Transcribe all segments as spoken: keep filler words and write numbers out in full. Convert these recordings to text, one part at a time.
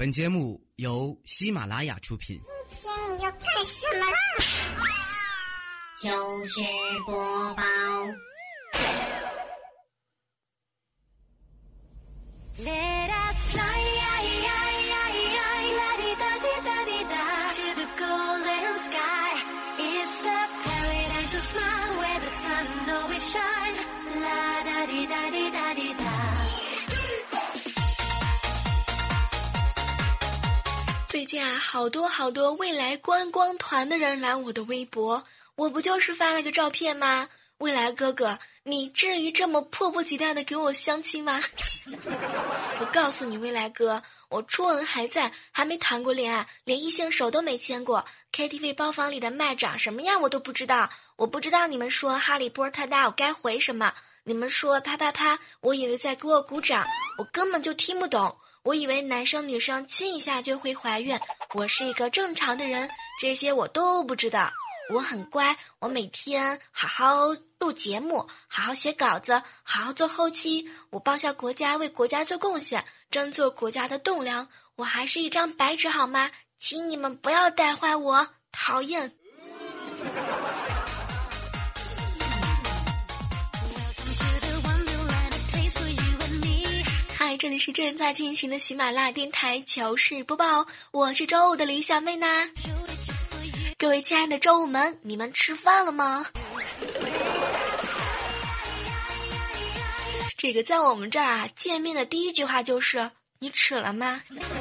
本节目由喜马拉雅出品。 今天你要干什么啦？ 糗事播报。 Let us fly, to the golden sky. It's the paradise of smile where the sun always shine. La da di da di da di da. 最近啊，好多好多未来观光团的人来我的微博，我不就是发了个照片吗？未来哥哥，你至于这么迫不及待的给我相亲吗？我告诉你，未来哥，我初吻还在，还没谈过恋爱，连异性手都没牵过。K T V 包房里的麦长什么样我都不知道，我不知道你们说哈利波特太大，我该回什么？你们说啪啪啪，我以为在给我鼓掌，我根本就听不懂。我以为男生女生亲一下就会怀孕，我是一个正常的人，这些我都不知道。我很乖，我每天好好录节目，好好写稿子，好好做后期，我报效国家，为国家做贡献，争做国家的栋梁。我还是一张白纸好吗？请你们不要带坏我，讨厌。嗨，这里是正在进行的喜马拉雅电台糗事播报，我是周五的李小妹呢。各位亲爱的周五们，你们吃饭了吗？这个在我们这儿啊，见面的第一句话就是你吃了吗？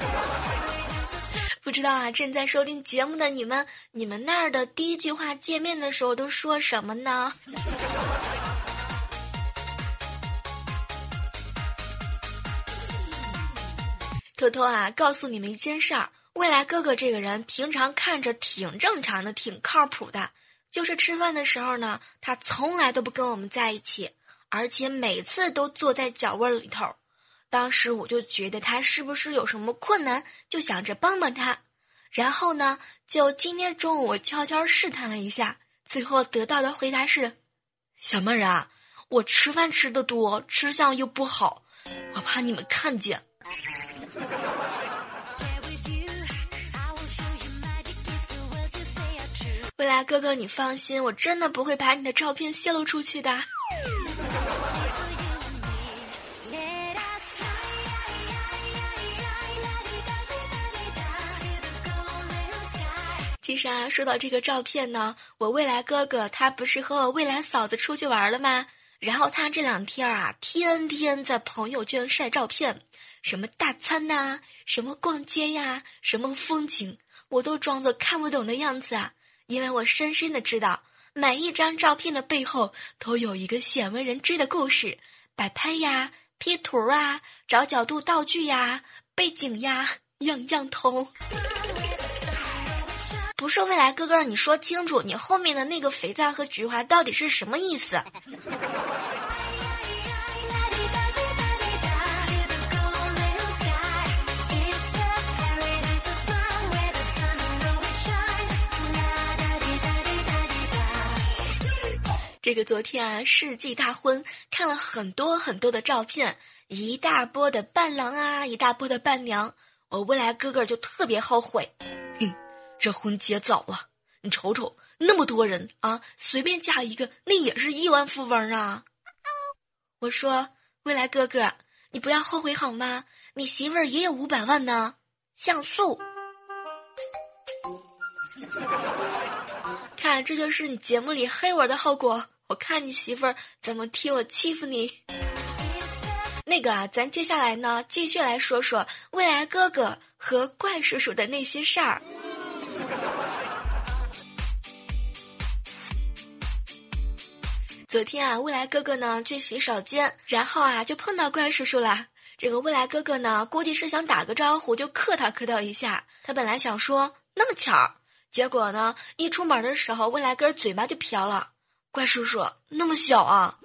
不知道啊，正在收听节目的你们，你们那儿的第一句话见面的时候都说什么呢？偷偷啊，告诉你们一件事儿。未来哥哥这个人平常看着挺正常的，挺靠谱的，就是吃饭的时候呢，他从来都不跟我们在一起，而且每次都坐在角位里头。当时我就觉得他是不是有什么困难，就想着帮帮他。然后呢，就今天中午我悄悄试探了一下，最后得到的回答是：小妹儿啊，我吃饭吃得多，吃相又不好，我怕你们看见。未来哥哥，你放心，我真的不会把你的照片泄露出去的。其实啊，说到这个照片呢，我未来哥哥他不是和我未来嫂子出去玩了吗？然后他这两天啊，天天在朋友圈晒照片，什么大餐呐、啊，什么逛街呀，什么风景，我都装作看不懂的样子啊。因为我深深的知道，每一张照片的背后都有一个鲜为人知的故事，摆拍呀、P 图啊、找角度道具呀、背景呀，样样通。不是未来哥哥，你说清楚，你后面的那个肥皂和菊花到底是什么意思？这个昨天啊，世纪大婚，看了很多很多的照片，一大波的伴郎啊，一大波的伴娘，我未来哥哥就特别后悔，嘿，这婚结早了，你瞅瞅那么多人啊，随便嫁一个，那也是亿万富翁啊！我说未来哥哥，你不要后悔好吗？你媳妇儿也有五百万呢，像素。看，这就是你节目里黑我的后果。我看你媳妇儿怎么替我欺负你。那个啊，咱接下来呢，继续来说说未来哥哥和怪叔叔的那些事儿。昨天啊，未来哥哥呢去洗手间，然后啊就碰到怪叔叔了。这个未来哥哥呢，估计是想打个招呼，就客套客套一下。他本来想说那么巧，结果呢，一出门的时候，未来哥嘴巴就瓢了。怪叔叔，那么小啊！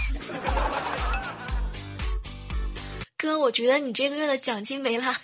哥，我觉得你这个月的奖金没了。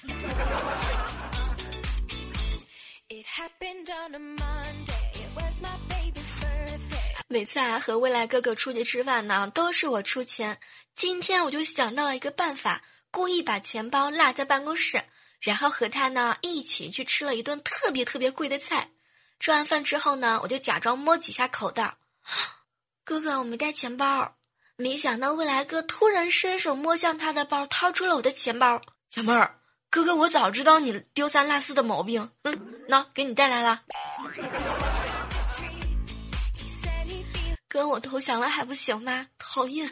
每次啊和未来哥哥出去吃饭呢，都是我出钱。今天我就想到了一个办法，故意把钱包落在办公室， 然后和他呢一起去吃了一顿特别特别贵的菜。吃完饭之后呢，我就假装摸几下口袋，哥哥我没带钱包。没想到未来哥突然伸手摸向他的包，掏出了我的钱包。小妹儿，哥哥我早知道你丢三落四的毛病，嗯，那给你带来了。跟我投降了还不行吗？讨厌。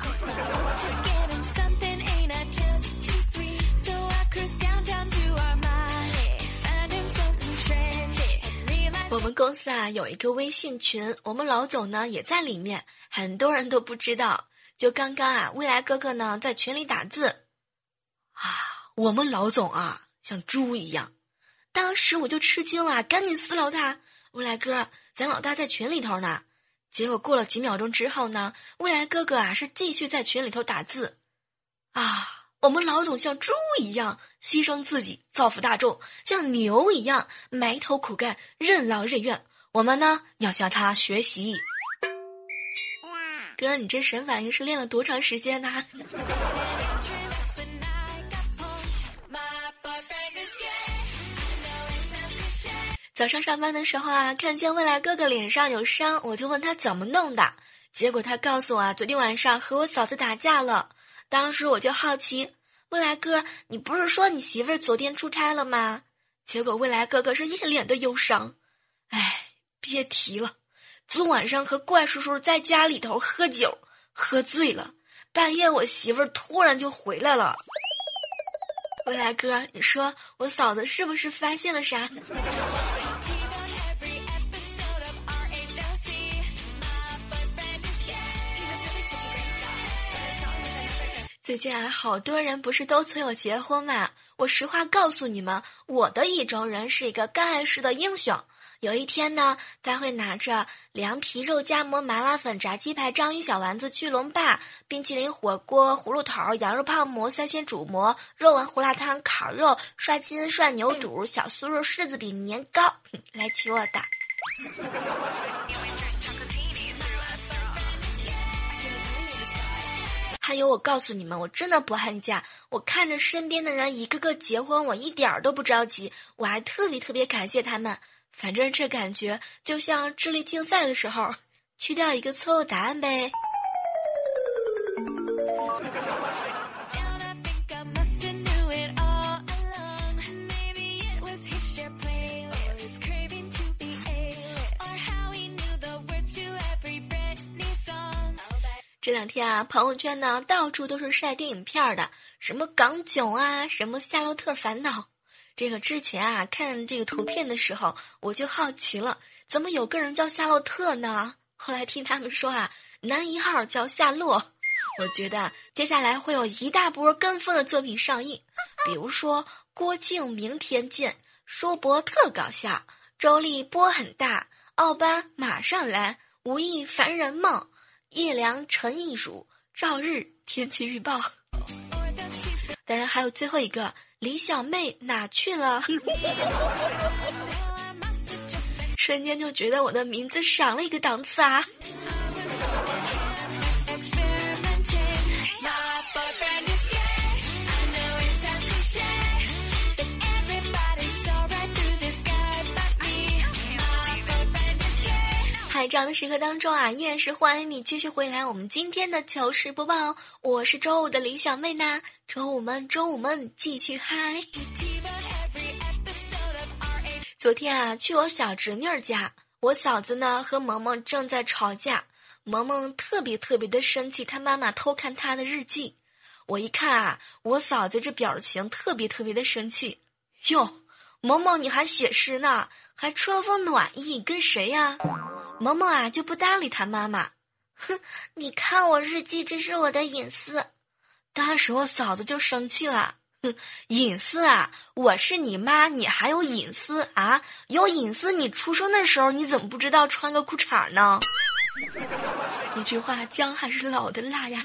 我们公司啊有一个微信群，我们老总呢也在里面，很多人都不知道。就刚刚啊，未来哥哥呢在群里打字啊，我们老总啊像猪一样。当时我就吃惊了，赶紧私聊他，未来哥，咱老大在群里头呢。结果过了几秒钟之后呢，未来哥哥啊是继续在群里头打字啊，我们老总像猪一样牺牲自己造福大众，像牛一样埋头苦干任劳任怨，我们呢要向他学习。哥，你这神反应是练了多长时间呢？早上上班的时候啊，看见未来哥哥脸上有伤，我就问他怎么弄的，结果他告诉我啊，昨天晚上和我嫂子打架了。当时我就好奇，未来哥，你不是说你媳妇儿昨天出差了吗？结果未来哥哥是一脸的忧伤，哎，别提了，昨晚上和怪叔叔在家里头喝酒，喝醉了，半夜我媳妇儿突然就回来了。未来哥，你说我嫂子是不是发现了啥？最近啊，好多人不是都催我结婚嘛？我实话告诉你们，我的意中人是一个干爱式的英雄。有一天呢，他会拿着凉皮、肉夹馍、麻辣粉、炸鸡排、章鱼小丸子、巨龙霸、冰淇淋火锅、葫芦头、羊肉泡馍、三鲜煮馍、肉丸胡辣汤、烤肉、涮筋、涮牛肚、小酥肉、柿子饼、年糕来娶我的。还有，我告诉你们，我真的不恨嫁。我看着身边的人一个个结婚，我一点儿都不着急，我还特别特别感谢他们。反正这感觉就像智力竞赛的时候，去掉一个错误答案呗。这两天啊，朋友圈呢到处都是晒电影片的，什么港囧啊，什么夏洛特烦恼。这个之前啊看这个图片的时候，我就好奇了，怎么有个人叫夏洛特呢？后来听他们说啊，男一号叫夏洛。我觉得接下来会有一大波跟风的作品上映，比如说郭靖明天见，说博特搞笑，周丽波很大，奥班马上来，吴亦凡人梦，叶良陈亦儒，赵日天气预报。当然还有最后一个李小妹哪去了？瞬间就觉得我的名字上了一个档次啊！在这样的时刻当中啊，依然是欢迎你继续回来我们今天的糗事播报。我是周五的李小妹呢，周五们周五们继续嗨。昨天啊，去我小侄女儿家，我嫂子呢和萌萌正在吵架，萌萌特别特别的生气，她妈妈偷看她的日记。我一看啊，我嫂子这表情特别特别的生气。哟，萌萌你还写诗呢，还春风暖意，跟谁呀？萌萌啊就不搭理他妈妈，哼，你看我日记，这是我的隐私。当时我嫂子就生气了，哼，隐私啊，我是你妈，你还有隐私啊？有隐私，你出生的时候你怎么不知道穿个裤衩呢？一句话，姜还是老的辣呀。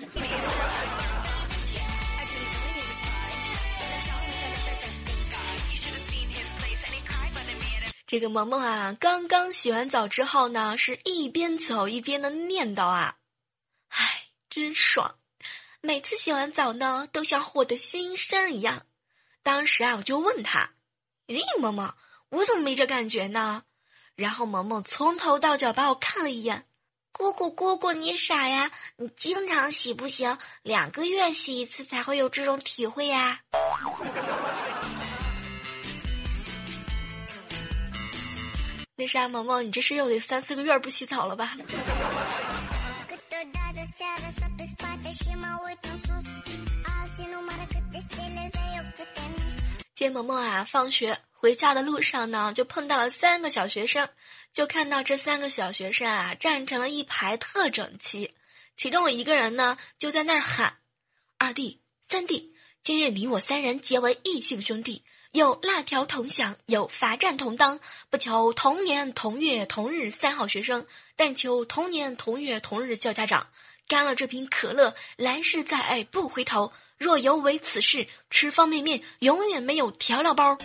这个萌萌啊，刚刚洗完澡之后呢，是一边走一边的念叨啊，唉，真爽！每次洗完澡呢，都像获得新生一样。 当时啊，我就问他：“诶，萌萌，我怎么没这感觉呢？”然后萌萌从头到脚把我看了一眼。 姑姑姑姑，你傻呀？你经常洗不行，两个月洗一次才会有这种体会呀。 那啥，萌萌，你这是又得三四个月不洗澡了吧？接萌萌啊，放学回家的路上呢，就碰到了三个小学生，就看到这三个小学生啊站成了一排，特整齐。其中有一个人呢，就在那儿喊：“二弟、三弟，今日你我三人结为异姓兄弟，有辣条同享，有罚站同当，不求同年同月同日三好学生，但求同年同月同日叫家长。干了这瓶可乐，来世再爱不回头。若犹为此事，吃方便面永远没有调料包。”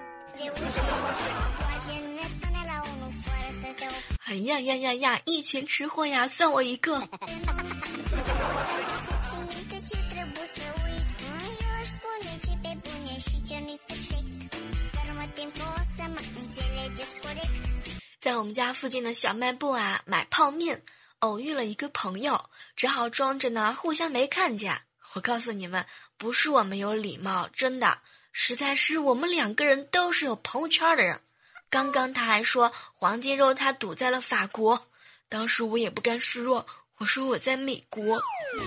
哎呀呀呀呀！一群吃货呀，算我一个。在我们家附近的小卖部啊，买泡面，偶遇了一个朋友，只好装着呢，互相没看见。我告诉你们，不是我没有礼貌，真的，实在是我们两个人都是有朋友圈的人。刚刚他还说黄金肉他堵在了法国，当时我也不甘示弱，我说我在美国。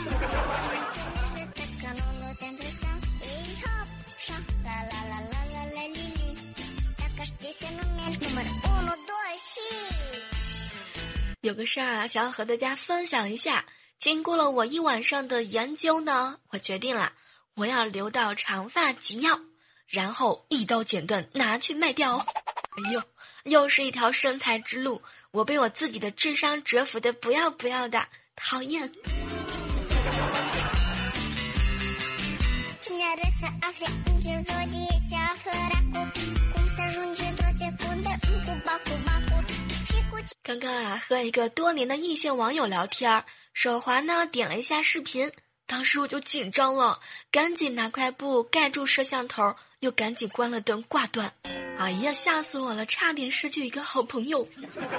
有个事儿啊，想要和大家分享一下。经过了我一晚上的研究呢，我决定了，我要留到长发及腰，然后一刀剪断，拿去卖掉。哎呦，又是一条身材之路，我被我自己的智商折服的不要不要的，讨厌。刚刚啊，和一个多年的异性网友聊天，手滑呢点了一下视频，当时我就紧张了，赶紧拿块布盖住摄像头，又赶紧关了灯挂断。哎呀，吓死我了，差点失去一个好朋友。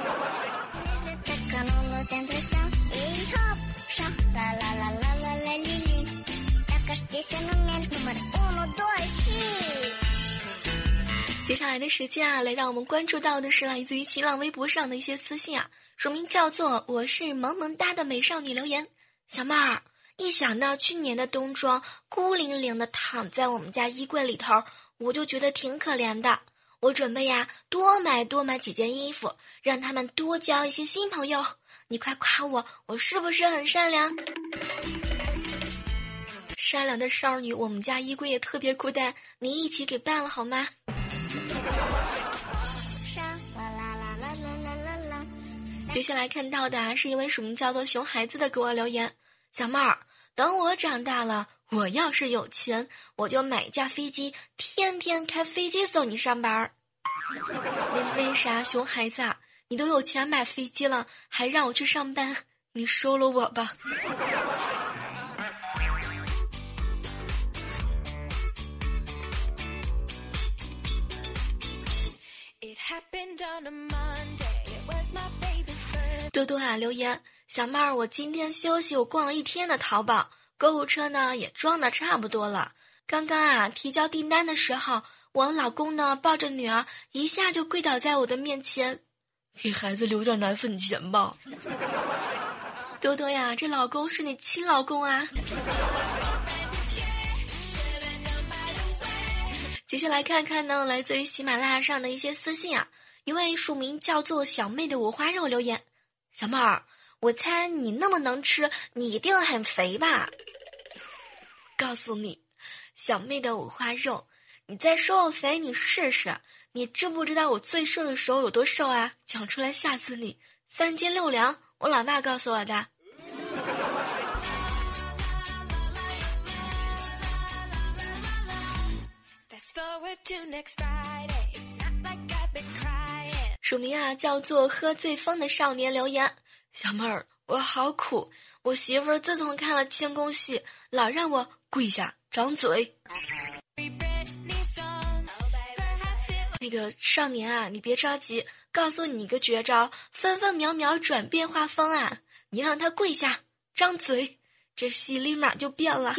接下来的时间啊，来让我们关注到的是来自于新浪微博上的一些私信啊，署名叫做我是萌萌哒的美少女留言。小妹儿，一想到去年的冬装孤零零的躺在我们家衣柜里头，我就觉得挺可怜的。我准备呀多买多买几件衣服，让他们多交一些新朋友。你快夸我，我是不是很善良？善良的少女，我们家衣柜也特别孤单，你一起给办了好吗？接下来看到的是一位署名叫做熊孩子的给我留言：小妹儿，等我长大了，我要是有钱，我就买一架飞机，天天开飞机送你上班。为为啥熊孩子啊？你都有钱买飞机了，还让我去上班？你收了我吧。多多啊留言：小妹儿，我今天休息，我逛了一天的淘宝，购物车呢也装的差不多了。刚刚啊提交订单的时候，我老公呢抱着女儿一下就跪倒在我的面前，给孩子留点奶粉钱吧。多多呀，这老公是你亲老公啊。接下来看看呢，来自于喜马拉雅上的一些私信啊。一位署名叫做小妹的五花肉留言：小妹儿，我猜你那么能吃，你一定很肥吧？告诉你，小妹的五花肉，你再说我肥你试试。你知不知道我最瘦的时候有多瘦啊？讲出来吓死你，三斤六两，我老爸告诉我的。署名啊叫做喝醉风的少年留言：小妹儿，我好苦，我媳妇儿自从看了清宫戏，老让我跪下张嘴。 那个少年啊，你别着急，告诉你一个绝招，分分秒秒转变画风啊！你让他跪下，张嘴，这戏立马就变了。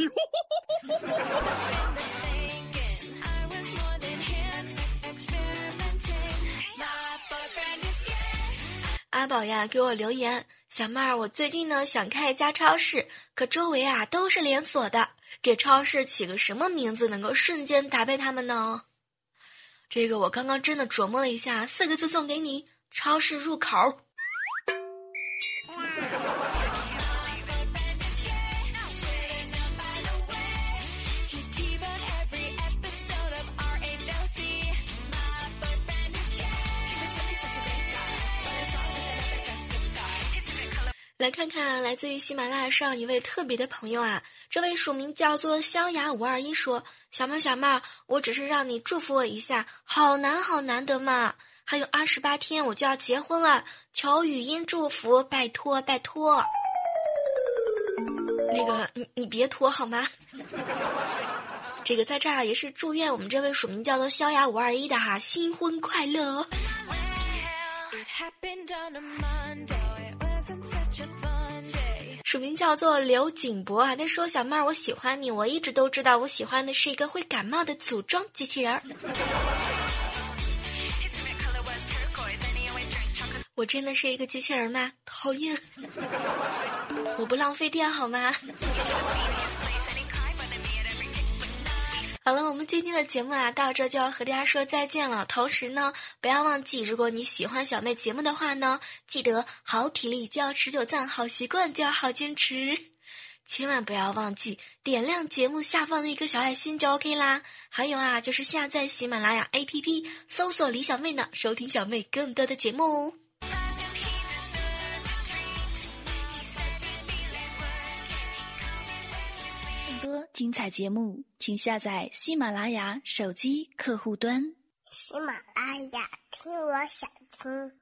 阿宝呀，给我留言，小妹儿，我最近呢想开一家超市，可周围啊都是连锁的，给超市起个什么名字能够瞬间打败他们呢？这个我刚刚真的琢磨了一下，四个字送给你：超市入口。来看看来自于喜马拉雅上一位特别的朋友啊，这位署名叫做萧雅五二一说，小妹小妹，我只是让你祝福我一下，好难好难得嘛，还有二十八天我就要结婚了，求语音祝福，拜托拜托。那个你你别拖好吗？这个在这儿也是祝愿我们这位署名叫做萧雅五二一的哈新婚快乐。署名叫做刘景博啊，他说小妹儿我喜欢你，我一直都知道我喜欢的是一个会感冒的组装机器人儿。我真的是一个机器人吗？讨厌，我不浪费电好吗？好了，我们今天的节目啊，到这就要和大家说再见了。同时呢，不要忘记，如果你喜欢小妹节目的话呢，记得好体力就要持久战，好习惯就要好坚持。千万不要忘记点亮节目下方的一个小爱心就 OK 啦。还有啊，就是下载喜马拉雅 A P P， 搜索李小妹呢，收听小妹更多的节目哦。 多精彩节目，请下载喜马拉雅手机客户端。 喜马拉雅，听我想听。